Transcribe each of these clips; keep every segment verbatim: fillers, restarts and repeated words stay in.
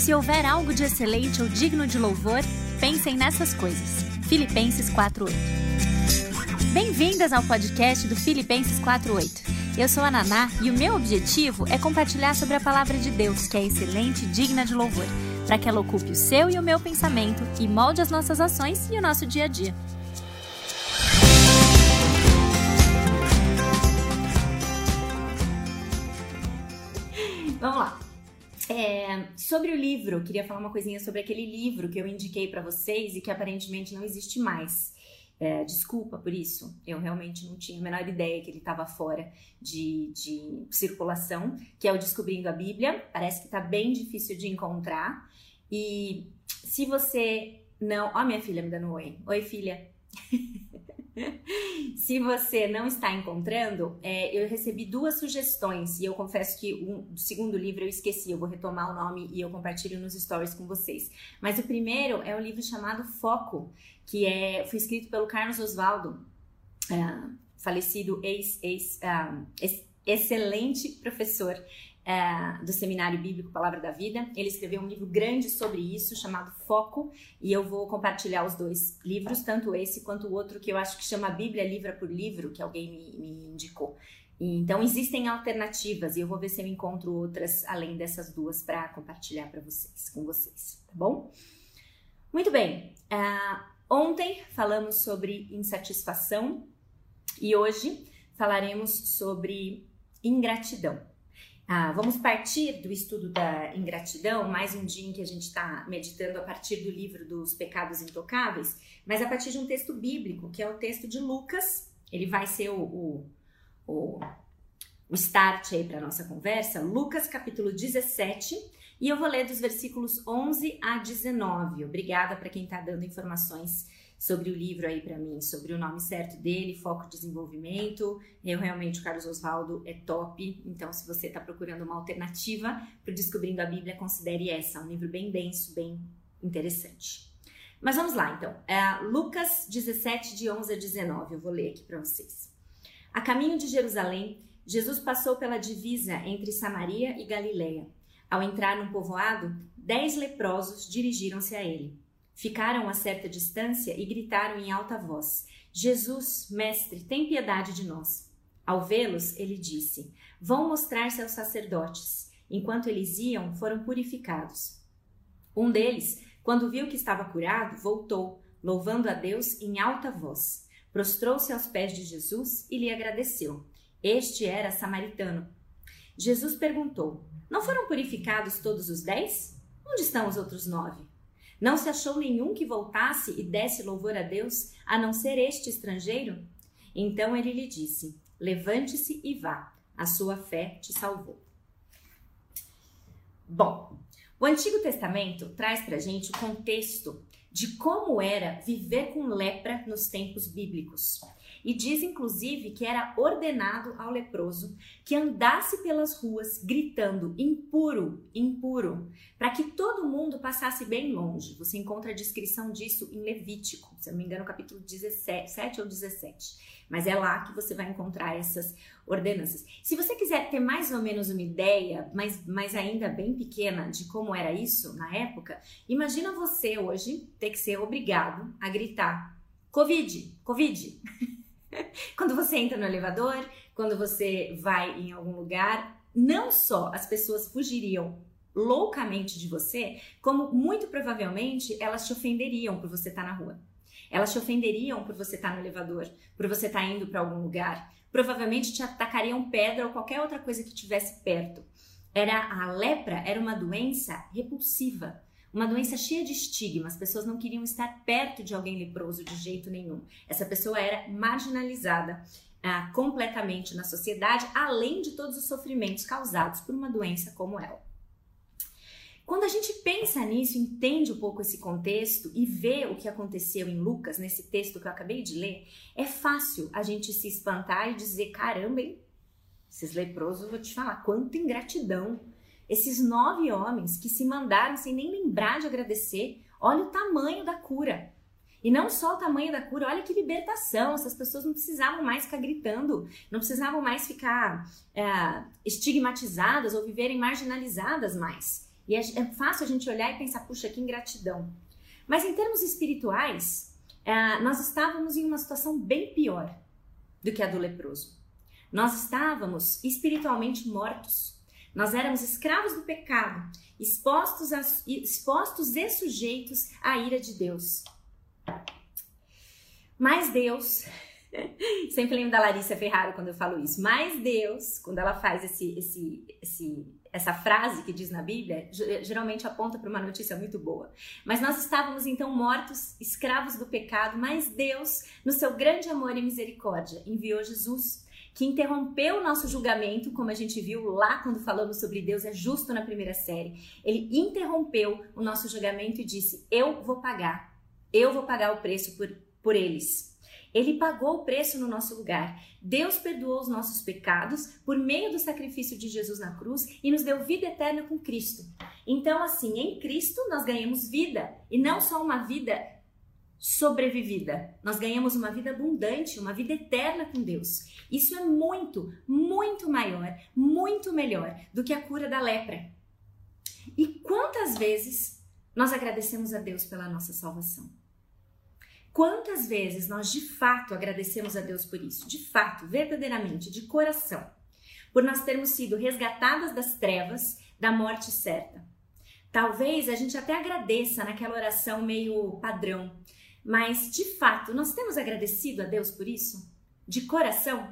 Se houver algo de excelente ou digno de louvor, pensem nessas coisas. Filipenses quatro oito. Bem-vindas ao podcast do Filipenses quatro oito. Eu sou a Naná e o meu objetivo é compartilhar sobre a palavra de Deus, que é excelente e digna de louvor, para que ela ocupe o seu e o meu pensamento e molde as nossas ações e o nosso dia a dia. Vamos lá. É, sobre o livro, eu queria falar uma coisinha sobre aquele livro que eu indiquei para vocês e que aparentemente não existe mais. É, desculpa por isso, eu realmente não tinha a menor ideia que ele estava fora de, de circulação, que é o Descobrindo a Bíblia. Parece que está bem difícil de encontrar. E se você não... Ó, minha filha me dando um oi. Oi, filha. Se você não está encontrando, é, eu recebi duas sugestões e eu confesso que o um, segundo livro eu esqueci, eu vou retomar o nome e eu compartilho nos stories com vocês. Mas o primeiro é um livro chamado Foco, que é, foi escrito pelo Carlos Oswaldo, uh, falecido ex, ex, uh, ex, excelente professor uh, do Seminário Bíblico Palavra da Vida. Ele escreveu um livro grande sobre isso, chamado Foco, e eu vou compartilhar os dois livros, tanto esse quanto o outro que eu acho que chama Bíblia Livro por Livro, que alguém me, me indicou. E, então existem alternativas e eu vou ver se eu encontro outras além dessas duas para compartilhar para vocês, com vocês, tá bom? Muito bem. Uh, Ontem falamos sobre insatisfação e hoje falaremos sobre ingratidão. Ah, vamos partir do estudo da ingratidão, mais um dia em que a gente está meditando a partir do livro dos Pecados Intocáveis, mas a partir de um texto bíblico, que é o texto de Lucas. Ele vai ser o, o, o, o start aí para a nossa conversa, Lucas capítulo dezessete, e eu vou ler dos versículos onze a dezenove. Obrigada para quem está dando informações sobre o livro aí para mim, sobre o nome certo dele, Foco de Desenvolvimento. Eu realmente, o Carlos Oswaldo é top, então se você está procurando uma alternativa para Descobrindo a Bíblia, considere essa, um livro bem denso, bem interessante. Mas vamos lá então, é Lucas dezessete, de onze a dezenove, eu vou ler aqui para vocês. A caminho de Jerusalém, Jesus passou pela divisa entre Samaria e Galileia. Ao entrar num povoado, dez leprosos dirigiram-se a ele. Ficaram a certa distância e gritaram em alta voz: Jesus, mestre, tem piedade de nós. Ao vê-los, ele disse: vão mostrar-se aos sacerdotes. Enquanto eles iam, foram purificados. Um deles, quando viu que estava curado, voltou, louvando a Deus em alta voz. Prostrou-se aos pés de Jesus e lhe agradeceu. Este era samaritano. Jesus perguntou: não foram purificados todos os dez? Onde estão os outros nove? Não se achou nenhum que voltasse e desse louvor a Deus, a não ser este estrangeiro? Então ele lhe disse: levante-se e vá, a sua fé te salvou. Bom, o Antigo Testamento traz pra gente o contexto de como era viver com lepra nos tempos bíblicos. E diz, inclusive, que era ordenado ao leproso que andasse pelas ruas gritando impuro, impuro, para que todo mundo passasse bem longe. Você encontra a descrição disso em Levítico, se eu não me engano, capítulo dezessete ou dezessete. Mas é lá que você vai encontrar essas ordenanças. Se você quiser ter mais ou menos uma ideia, mas, mas ainda bem pequena, de como era isso na época, imagina você hoje ter que ser obrigado a gritar Covid, Covid. Quando você entra no elevador, quando você vai em algum lugar, não só as pessoas fugiriam loucamente de você, como muito provavelmente elas te ofenderiam por você estar na rua. Elas te ofenderiam por você estar no elevador, por você estar indo para algum lugar. Provavelmente te atacariam pedra ou qualquer outra coisa que estivesse perto. Era, a lepra era uma doença repulsiva. Uma doença cheia de estigma, as pessoas não queriam estar perto de alguém leproso de jeito nenhum. Essa pessoa era marginalizada ah, completamente na sociedade, além de todos os sofrimentos causados por uma doença como ela. Quando a gente pensa nisso, entende um pouco esse contexto e vê o que aconteceu em Lucas, nesse texto que eu acabei de ler, é fácil a gente se espantar e dizer, caramba, hein? Esses leprosos, eu vou te falar, quanta ingratidão. Esses nove homens que se mandaram sem nem lembrar de agradecer, olha o tamanho da cura. E não só o tamanho da cura, olha que libertação, essas pessoas não precisavam mais ficar gritando, não precisavam mais ficar é, estigmatizadas ou viverem marginalizadas mais. E é, é fácil a gente olhar e pensar, puxa, que ingratidão. Mas em termos espirituais, é, nós estávamos em uma situação bem pior do que a do leproso. Nós estávamos espiritualmente mortos. Nós éramos escravos do pecado, expostos, a, expostos e sujeitos à ira de Deus. Mas Deus, sempre lembro da Larissa Ferraro quando eu falo isso, mas Deus, quando ela faz esse, esse, esse, essa frase que diz na Bíblia, geralmente aponta para uma notícia muito boa. Mas nós estávamos então mortos, escravos do pecado, mas Deus, no seu grande amor e misericórdia, enviou Jesus, que interrompeu o nosso julgamento, como a gente viu lá quando falamos sobre Deus é justo na primeira série. Ele interrompeu o nosso julgamento e disse, eu vou pagar, eu vou pagar o preço por, por eles. Ele pagou o preço no nosso lugar. Deus perdoou os nossos pecados por meio do sacrifício de Jesus na cruz e nos deu vida eterna com Cristo. Então, assim, em Cristo nós ganhamos vida e não só uma vida sobrevivida. Nós ganhamos uma vida abundante, uma vida eterna com Deus. Isso é muito, muito maior, muito melhor do que a cura da lepra. E quantas vezes nós agradecemos a Deus pela nossa salvação? Quantas vezes nós de fato agradecemos a Deus por isso? De fato, verdadeiramente, de coração. Por nós termos sido resgatadas das trevas, da morte certa. Talvez a gente até agradeça naquela oração meio padrão. Mas, de fato, nós temos agradecido a Deus por isso? De coração?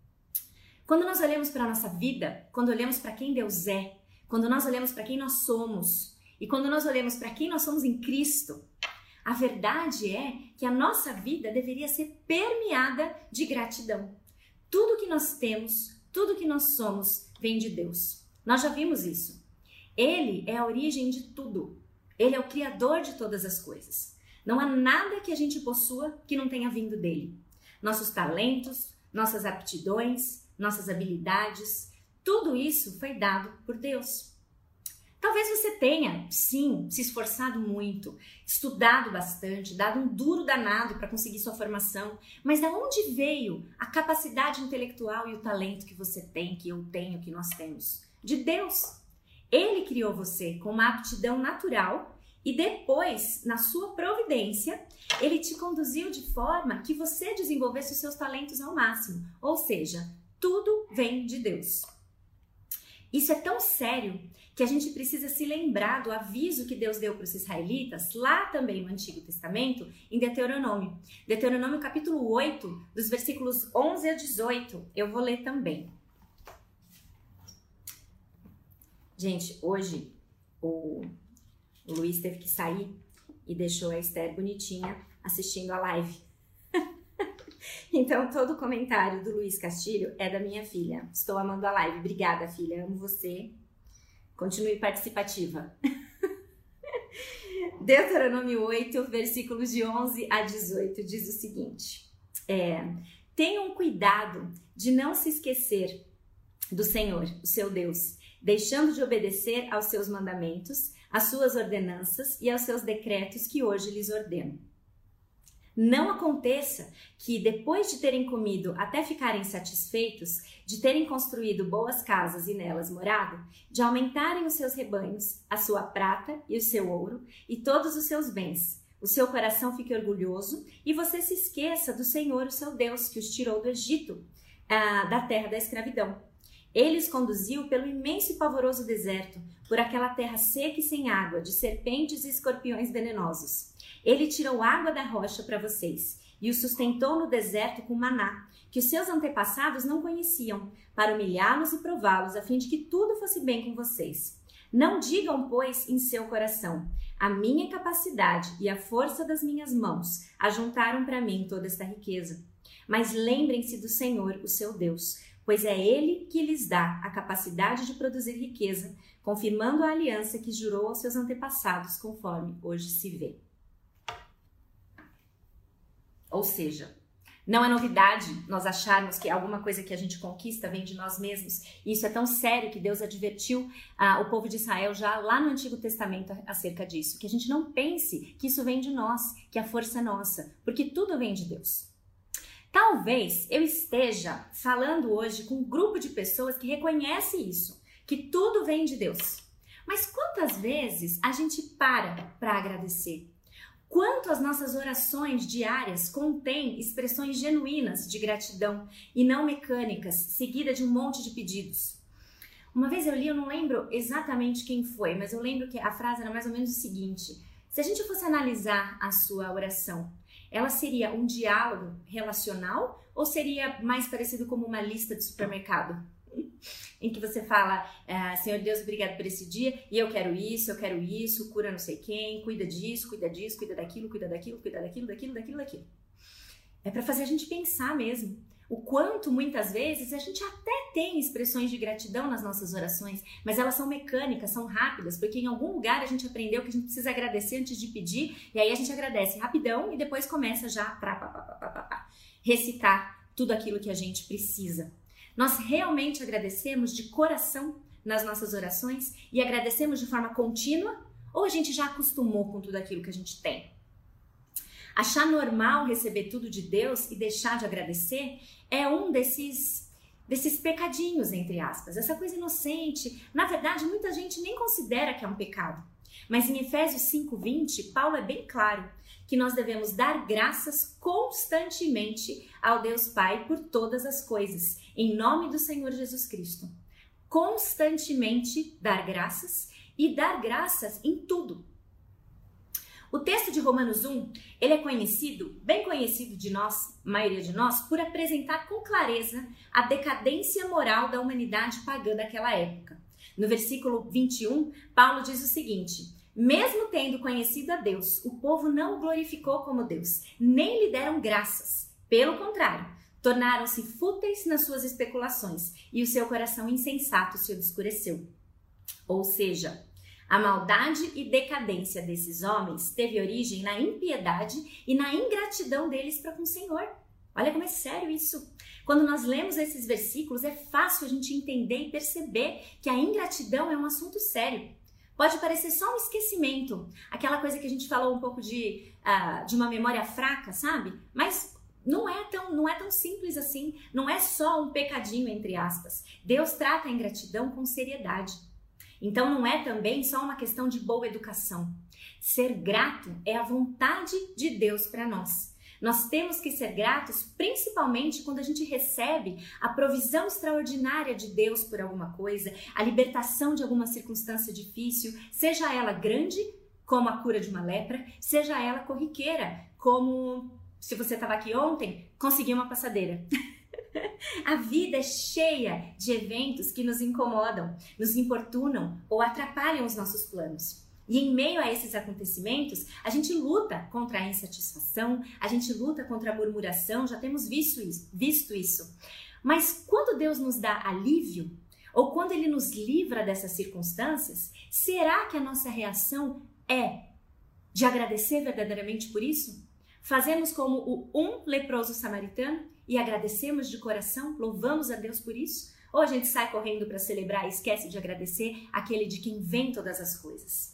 Quando nós olhamos para a nossa vida, quando olhamos para quem Deus é, quando nós olhamos para quem nós somos e quando nós olhamos para quem nós somos em Cristo, a verdade é que a nossa vida deveria ser permeada de gratidão. Tudo que nós temos, tudo que nós somos, vem de Deus. Nós já vimos isso. Ele é a origem de tudo. Ele é o criador de todas as coisas. Não há nada que a gente possua que não tenha vindo dele. Nossos talentos, nossas aptidões, nossas habilidades, tudo isso foi dado por Deus. Talvez você tenha, sim, se esforçado muito, estudado bastante, dado um duro danado para conseguir sua formação, mas de onde veio a capacidade intelectual e o talento que você tem, que eu tenho, que nós temos? De Deus. Ele criou você com uma aptidão natural e depois, na sua providência, ele te conduziu de forma que você desenvolvesse os seus talentos ao máximo. Ou seja, tudo vem de Deus. Isso é tão sério que a gente precisa se lembrar do aviso que Deus deu para os israelitas, lá também no Antigo Testamento, em Deuteronômio. Deuteronômio capítulo oito, dos versículos onze a dezoito. Eu vou ler também. Gente, hoje o... O Luiz teve que sair e deixou a Esther bonitinha assistindo a live. Então, todo comentário do Luiz Castilho é da minha filha. Estou amando a live. Obrigada, filha. Amo você. Continue participativa. Deuteronômio oito, versículos de onze a dezoito, diz o seguinte. É, tenham cuidado de não se esquecer do Senhor, o seu Deus, deixando de obedecer aos seus mandamentos, às suas ordenanças e aos seus decretos que hoje lhes ordeno. Não aconteça que, depois de terem comido até ficarem satisfeitos, de terem construído boas casas e nelas morado, de aumentarem os seus rebanhos, a sua prata e o seu ouro e todos os seus bens, o seu coração fique orgulhoso e você se esqueça do Senhor, o seu Deus, que os tirou do Egito, ah, da terra da escravidão. Ele os conduziu pelo imenso e pavoroso deserto, por aquela terra seca e sem água, de serpentes e escorpiões venenosos. Ele tirou água da rocha para vocês e os sustentou no deserto com maná, que os seus antepassados não conheciam, para humilhá-los e prová-los, a fim de que tudo fosse bem com vocês. Não digam, pois, em seu coração, a minha capacidade e a força das minhas mãos ajuntaram para mim toda esta riqueza. Mas lembrem-se do Senhor, o seu Deus, pois é Ele que lhes dá a capacidade de produzir riqueza, confirmando a aliança que jurou aos seus antepassados, conforme hoje se vê. Ou seja, não é novidade nós acharmos que alguma coisa que a gente conquista vem de nós mesmos. E isso é tão sério que Deus advertiu ah, o povo de Israel já lá no Antigo Testamento acerca disso. Que a gente não pense que isso vem de nós, que a força é nossa, porque tudo vem de Deus. Talvez eu esteja falando hoje com um grupo de pessoas que reconhece isso, que tudo vem de Deus. Mas quantas quantas vezes a gente para para agradecer? Quanto as nossas orações diárias contêm expressões genuínas de gratidão e não mecânicas, seguida de um monte de pedidos? Uma vez eu li, eu não lembro exatamente quem foi, mas eu lembro que a frase era mais ou menos o seguinte: se a gente fosse analisar a sua oração, ela seria um diálogo relacional ou seria mais parecido como uma lista de supermercado? Em que você fala, ah, Senhor Deus, obrigado por esse dia, e eu quero isso, eu quero isso, cura não sei quem, cuida disso, cuida disso, cuida daquilo, cuida daquilo, cuida daquilo, daquilo, daquilo, daquilo. É para fazer a gente pensar mesmo. O quanto, muitas vezes, a gente até tem expressões de gratidão nas nossas orações, mas elas são mecânicas, são rápidas, porque em algum lugar a gente aprendeu que a gente precisa agradecer antes de pedir, e aí a gente agradece rapidão e depois começa já a recitar tudo aquilo que a gente precisa. Nós realmente agradecemos de coração nas nossas orações e agradecemos de forma contínua, ou a gente já acostumou com tudo aquilo que a gente tem? Achar normal receber tudo de Deus e deixar de agradecer é um desses, desses pecadinhos, entre aspas, essa coisa inocente. Na verdade, muita gente nem considera que é um pecado. Mas em Efésios cinco, vinte, Paulo é bem claro que nós devemos dar graças constantemente ao Deus Pai por todas as coisas, em nome do Senhor Jesus Cristo. Constantemente dar graças e dar graças em tudo. O texto de Romanos um, ele é conhecido, bem conhecido de nós, a maioria de nós, por apresentar com clareza a decadência moral da humanidade pagã daquela época. No versículo vinte e um, Paulo diz o seguinte: mesmo tendo conhecido a Deus, o povo não o glorificou como Deus, nem lhe deram graças. Pelo contrário, tornaram-se fúteis nas suas especulações e o seu coração insensato se obscureceu. Ou seja, a maldade e decadência desses homens teve origem na impiedade e na ingratidão deles para com o Senhor. Olha como é sério isso. Quando nós lemos esses versículos, é fácil a gente entender e perceber que a ingratidão é um assunto sério. Pode parecer só um esquecimento, aquela coisa que a gente falou um pouco de, uh, de uma memória fraca, sabe? Mas não é, tão, não é tão simples assim, não é só um pecadinho, entre aspas. Deus trata a ingratidão com seriedade. Então não é também só uma questão de boa educação. Ser grato é a vontade de Deus para nós. Nós temos que ser gratos principalmente quando a gente recebe a provisão extraordinária de Deus por alguma coisa, a libertação de alguma circunstância difícil, seja ela grande, como a cura de uma lepra, seja ela corriqueira, como se você estava aqui ontem, conseguir uma passadeira. A vida é cheia de eventos que nos incomodam, nos importunam ou atrapalham os nossos planos. E em meio a esses acontecimentos, a gente luta contra a insatisfação, a gente luta contra a murmuração, já temos visto isso, visto isso. Mas quando Deus nos dá alívio, ou quando Ele nos livra dessas circunstâncias, será que a nossa reação é de agradecer verdadeiramente por isso? Fazemos como o um leproso samaritano e agradecemos de coração, louvamos a Deus por isso? Ou a gente sai correndo para celebrar e esquece de agradecer aquele de quem vem todas as coisas?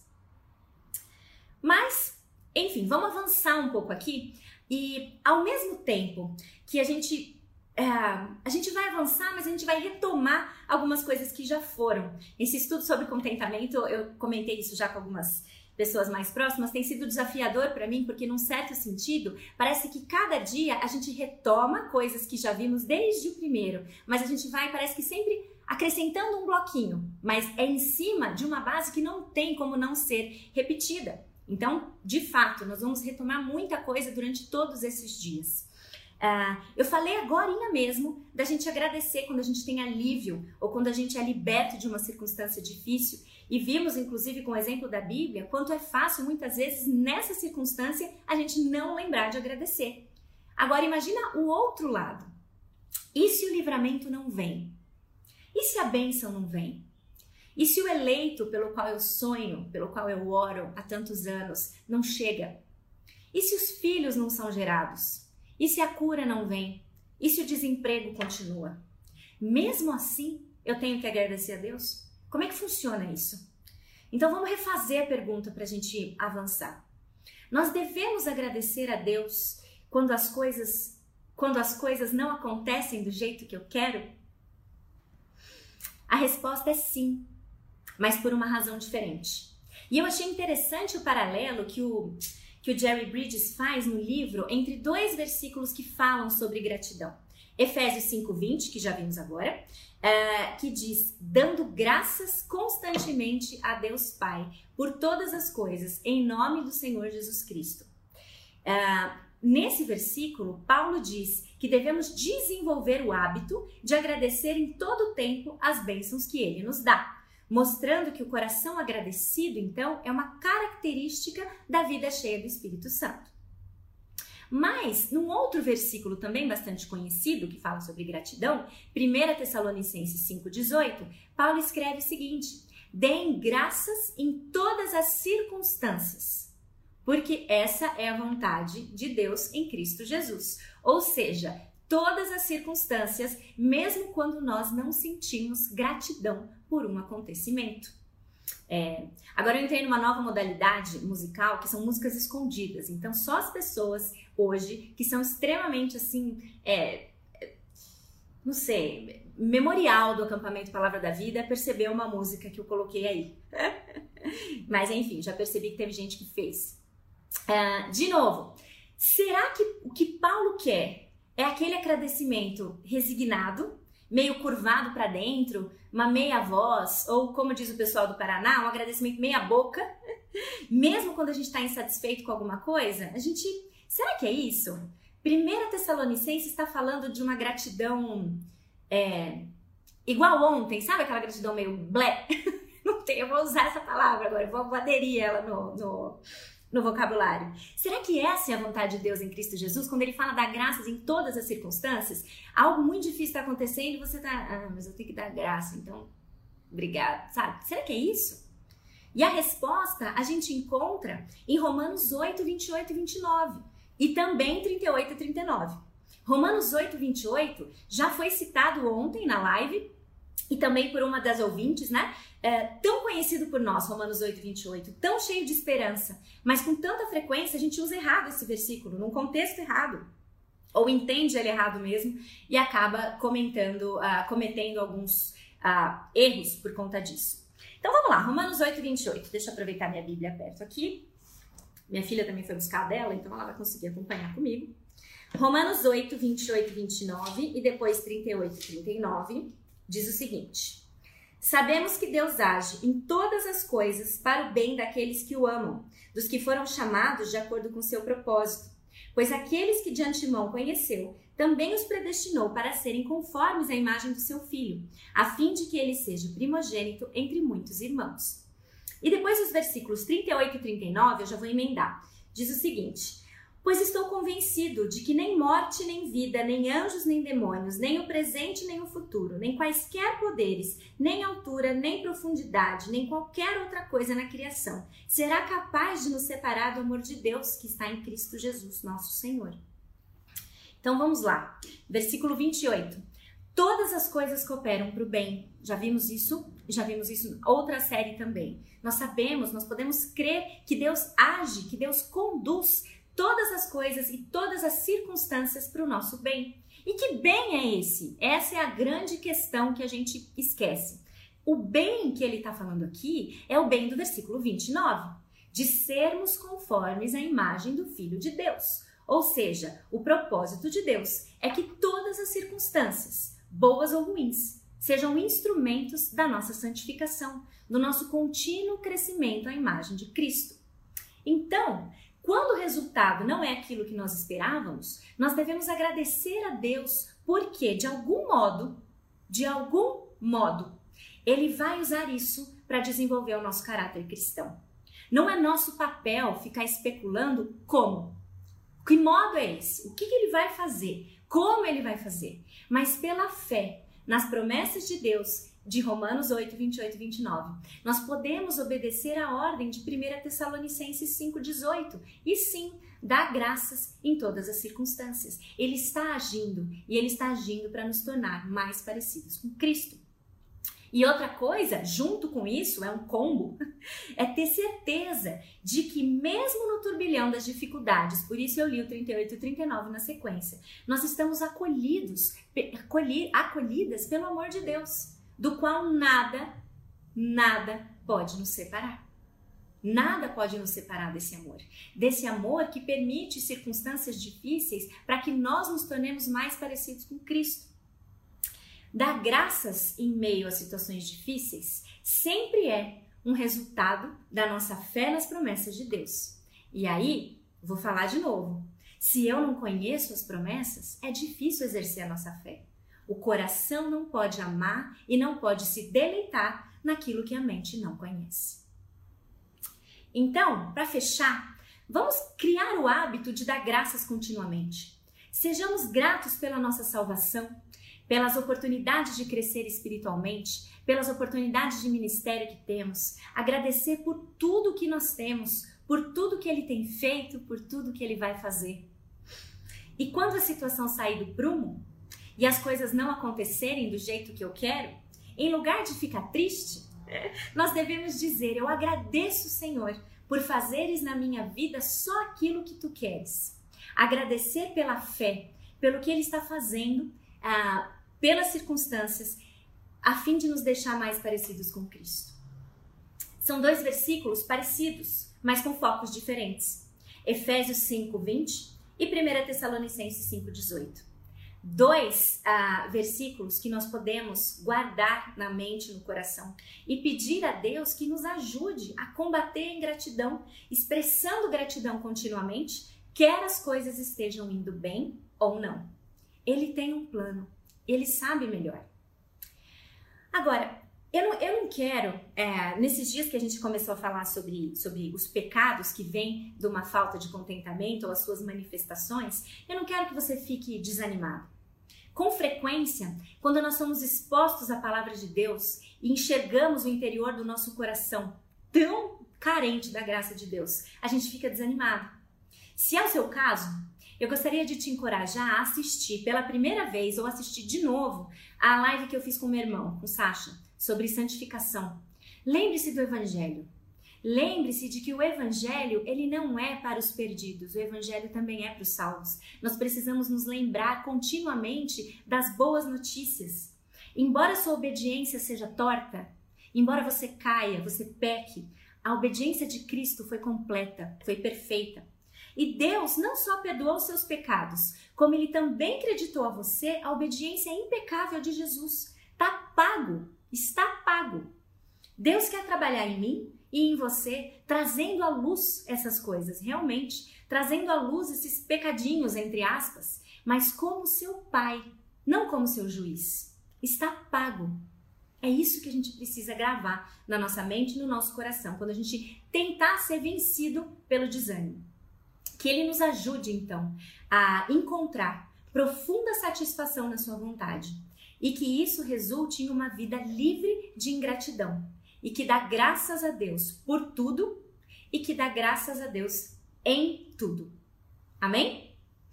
Mas, enfim, vamos avançar um pouco aqui e ao mesmo tempo que a gente, é, a gente vai avançar, mas a gente vai retomar algumas coisas que já foram. Esse estudo sobre contentamento, eu comentei isso já com algumas pessoas mais próximas, tem sido desafiador para mim, porque num certo sentido, parece que cada dia a gente retoma coisas que já vimos desde o primeiro, mas a gente vai, parece que sempre acrescentando um bloquinho, mas é em cima de uma base que não tem como não ser repetida. Então, de fato, nós vamos retomar muita coisa durante todos esses dias. Uh, eu falei agorinha mesmo da gente agradecer quando a gente tem alívio ou quando a gente é liberto de uma circunstância difícil. E vimos, inclusive, com o exemplo da Bíblia, quanto é fácil, muitas vezes, nessa circunstância, a gente não lembrar de agradecer. Agora, imagina o outro lado. E se o livramento não vem? E se a bênção não vem? E se o eleito pelo qual eu sonho, pelo qual eu oro há tantos anos, não chega? E se os filhos não são gerados? E se a cura não vem? E se o desemprego continua? Mesmo assim, eu tenho que agradecer a Deus? Como é que funciona isso? Então vamos refazer a pergunta para a gente avançar. Nós devemos agradecer a Deus quando as coisas, quando as coisas não acontecem do jeito que eu quero? A resposta é sim, mas por uma razão diferente. E eu achei interessante o paralelo que o, que o Jerry Bridges faz no livro entre dois versículos que falam sobre gratidão. Efésios cinco, vinte, que já vimos agora, uh, que diz, dando graças constantemente a Deus Pai por todas as coisas, em nome do Senhor Jesus Cristo. Uh, nesse versículo, Paulo diz que devemos desenvolver o hábito de agradecer em todo o tempo as bênçãos que Ele nos dá, mostrando que o coração agradecido, então, é uma característica da vida cheia do Espírito Santo. Mas, num outro versículo também bastante conhecido, que fala sobre gratidão, primeira Tessalonicenses cinco, dezoito, Paulo escreve o seguinte, deem graças em todas as circunstâncias, porque essa é a vontade de Deus em Cristo Jesus. Ou seja, todas as circunstâncias, mesmo quando nós não sentimos gratidão por um acontecimento. É, agora eu entrei numa nova modalidade musical que são músicas escondidas, então só as pessoas hoje que são extremamente assim, é, não sei, memorial do acampamento Palavra da Vida percebeu uma música que eu coloquei aí. Mas enfim, já percebi que teve gente que fez. Uh, de novo, será que o que Paulo quer é aquele agradecimento resignado, meio curvado para dentro, uma meia voz, ou como diz o pessoal do Paraná, um agradecimento meia boca, mesmo quando a gente está insatisfeito com alguma coisa? A gente, será que é isso? primeira Tessalonicenses está falando de uma gratidão é, igual ontem, sabe aquela gratidão meio blé? Não tem, eu vou usar essa palavra agora, eu vou aderir ela no, no, no vocabulário. Será que essa é a vontade de Deus em Cristo Jesus? Quando ele fala dar graças em todas as circunstâncias, algo muito difícil está acontecendo e você está, ah, mas eu tenho que dar graça, então, obrigado, sabe? Será que é isso? E a resposta a gente encontra em Romanos oito, vinte e oito e vinte e nove e também trinta e oito e trinta e nove. Romanos oito, vinte e oito já foi citado ontem na live e também por uma das ouvintes, né? É, tão conhecido por nós, Romanos oito, vinte e oito, tão cheio de esperança, mas com tanta frequência a gente usa errado esse versículo, num contexto errado, ou entende ele errado mesmo e acaba comentando, uh, cometendo alguns uh, erros por conta disso. Então vamos lá, Romanos oito, vinte e oito, deixa eu aproveitar minha Bíblia perto aqui, minha filha também foi buscar a dela, então ela vai conseguir acompanhar comigo. Romanos oito, vinte e oito e vinte e nove e depois trinta e oito e trinta e nove diz o seguinte: sabemos que Deus age em todas as coisas para o bem daqueles que o amam, dos que foram chamados de acordo com seu propósito. Pois aqueles que de antemão conheceu, também os predestinou para serem conformes à imagem do seu Filho, a fim de que ele seja primogênito entre muitos irmãos. E depois os versículos trinta e oito e trinta e nove eu já vou emendar. Diz o seguinte: pois estou convencido de que nem morte, nem vida, nem anjos, nem demônios, nem o presente, nem o futuro, nem quaisquer poderes, nem altura, nem profundidade, nem qualquer outra coisa na criação será capaz de nos separar do amor de Deus que está em Cristo Jesus, nosso Senhor. Então vamos lá, versículo vinte e oito. Todas as coisas cooperam para o bem. Já vimos isso? Já vimos isso em outra série também. Nós sabemos, nós podemos crer que Deus age, que Deus conduz todas as coisas e todas as circunstâncias para o nosso bem. E que bem é esse? Essa é a grande questão que a gente esquece. O bem que ele está falando aqui é o bem do versículo vinte e nove, de sermos conformes à imagem do Filho de Deus. Ou seja, o propósito de Deus é que todas as circunstâncias, boas ou ruins, sejam instrumentos da nossa santificação, do nosso contínuo crescimento à imagem de Cristo. Então, quando o resultado não é aquilo que nós esperávamos, nós devemos agradecer a Deus porque, de algum modo, de algum modo, Ele vai usar isso para desenvolver o nosso caráter cristão. Não é nosso papel ficar especulando como. Que modo é esse? O que Ele vai fazer? Como Ele vai fazer? Mas pela fé nas promessas de Deus, de Romanos oito, vinte e oito e vinte e nove, nós podemos obedecer à ordem de primeira Tessalonicenses cinco, dezoito e sim, dar graças em todas as circunstâncias. Ele está agindo e Ele está agindo para nos tornar mais parecidos com Cristo. E outra coisa, junto com isso, é um combo, é ter certeza de que mesmo no turbilhão das dificuldades, por isso eu li o trinta e oito e trinta e nove na sequência, nós estamos acolhidos, acolhi, acolhidas pelo amor de Deus, do qual nada, nada pode nos separar. Nada pode nos separar desse amor. Desse amor que permite circunstâncias difíceis para que nós nos tornemos mais parecidos com Cristo. Dar graças em meio a situações difíceis sempre é um resultado da nossa fé nas promessas de Deus. E aí, vou falar de novo. Se eu não conheço as promessas, é difícil exercer a nossa fé. O coração não pode amar e não pode se deleitar naquilo que a mente não conhece. Então, para fechar, vamos criar o hábito de dar graças continuamente. Sejamos gratos pela nossa salvação, pelas oportunidades de crescer espiritualmente, pelas oportunidades de ministério que temos, agradecer por tudo que nós temos, por tudo que Ele tem feito, por tudo que Ele vai fazer. E quando a situação sair do prumo e as coisas não acontecerem do jeito que eu quero, em lugar de ficar triste, nós devemos dizer: eu agradeço, Senhor, por fazeres na minha vida só aquilo que Tu queres. Agradecer pela fé, pelo que Ele está fazendo, ah, pelas circunstâncias, a fim de nos deixar mais parecidos com Cristo. São dois versículos parecidos, mas com focos diferentes. Efésios cinco, vinte e primeira Tessalonicenses cinco, dezoito. Dois ah, versículos que nós podemos guardar na mente, no coração e pedir a Deus que nos ajude a combater a ingratidão, expressando gratidão continuamente, quer as coisas estejam indo bem ou não. Ele tem um plano, Ele sabe melhor. Agora, eu não, eu não quero, é, nesses dias que a gente começou a falar sobre, sobre os pecados que vêm de uma falta de contentamento ou as suas manifestações, eu não quero que você fique desanimado. Com frequência, quando nós somos expostos à palavra de Deus e enxergamos o interior do nosso coração tão carente da graça de Deus, a gente fica desanimado. Se é o seu caso, eu gostaria de te encorajar a assistir pela primeira vez ou assistir de novo a live que eu fiz com meu irmão, com o Sacha, sobre santificação. Lembre-se do Evangelho. Lembre-se de que o Evangelho, ele não é para os perdidos, o Evangelho também é para os salvos. Nós precisamos nos lembrar continuamente das boas notícias. Embora sua obediência seja torta, embora você caia, você peque, a obediência de Cristo foi completa, foi perfeita. E Deus não só perdoou seus pecados, como Ele também creditou a você a obediência impecável de Jesus. Está pago, está pago. Deus quer trabalhar em mim e em você, trazendo à luz essas coisas, realmente, trazendo à luz esses pecadinhos, entre aspas, mas como seu pai, não como seu juiz. Está pago. É isso que a gente precisa gravar na nossa mente e no nosso coração, quando a gente tentar ser vencido pelo desânimo. Que Ele nos ajude, então, a encontrar profunda satisfação na sua vontade e que isso resulte em uma vida livre de ingratidão e que dá graças a Deus por tudo e que dá graças a Deus em tudo. Amém?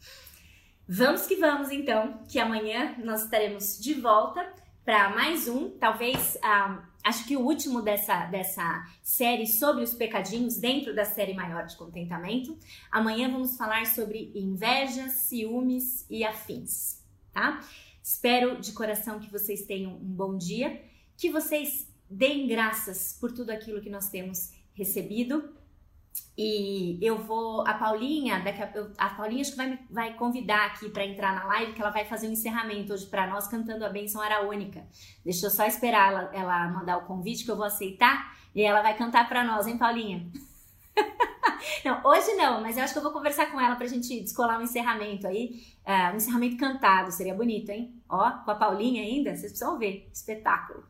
Vamos que vamos, então, que amanhã nós estaremos de volta para mais um, talvez, ah, acho que o último dessa, dessa série sobre os pecadinhos, dentro da série maior de contentamento. Amanhã vamos falar sobre inveja, ciúmes e afins, tá? Espero de coração que vocês tenham um bom dia, que vocês deem graças por tudo aquilo que nós temos recebido. E eu vou, a Paulinha, daqui a, eu, a Paulinha acho que vai me vai convidar aqui para entrar na live, que ela vai fazer um encerramento hoje para nós cantando a bênção araônica. Deixa eu só esperar ela, ela mandar o convite que eu vou aceitar e ela vai cantar para nós, hein, Paulinha? Não, hoje não, mas eu acho que eu vou conversar com ela pra gente descolar um encerramento aí, uh, um encerramento cantado, seria bonito, hein? Ó, com a Paulinha ainda, vocês precisam ver, espetáculo.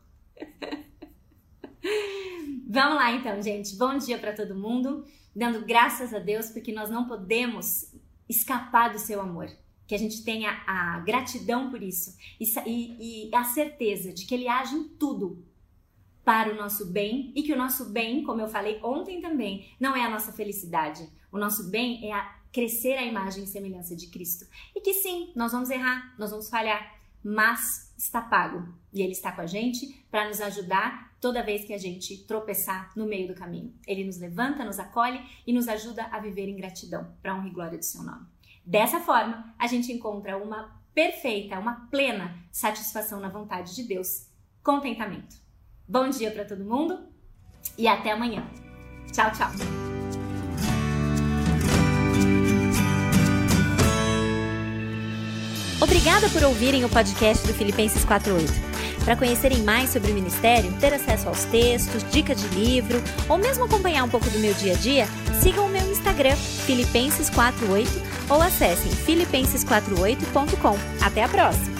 Vamos lá então, gente. Bom dia para todo mundo. Dando graças a Deus porque nós não podemos escapar do seu amor. Que a gente tenha a gratidão por isso e, e, e a certeza de que Ele age em tudo para o nosso bem e que o nosso bem, como eu falei ontem também, não é a nossa felicidade. O nosso bem é a crescer a imagem e semelhança de Cristo. E que sim, nós vamos errar, nós vamos falhar, mas está pago. E Ele está com a gente para nos ajudar toda vez que a gente tropeçar no meio do caminho. Ele nos levanta, nos acolhe e nos ajuda a viver em gratidão para a honra e glória do seu nome. Dessa forma, a gente encontra uma perfeita, uma plena satisfação na vontade de Deus, contentamento. Bom dia para todo mundo e até amanhã. Tchau, tchau! Obrigada por ouvirem o podcast do Filipenses quatro oito. Para conhecerem mais sobre o Ministério, ter acesso aos textos, dicas de livro, ou mesmo acompanhar um pouco do meu dia a dia, sigam o meu Instagram, Filipenses quatro oito, ou acessem filipenses quatro oito ponto com. Até a próxima!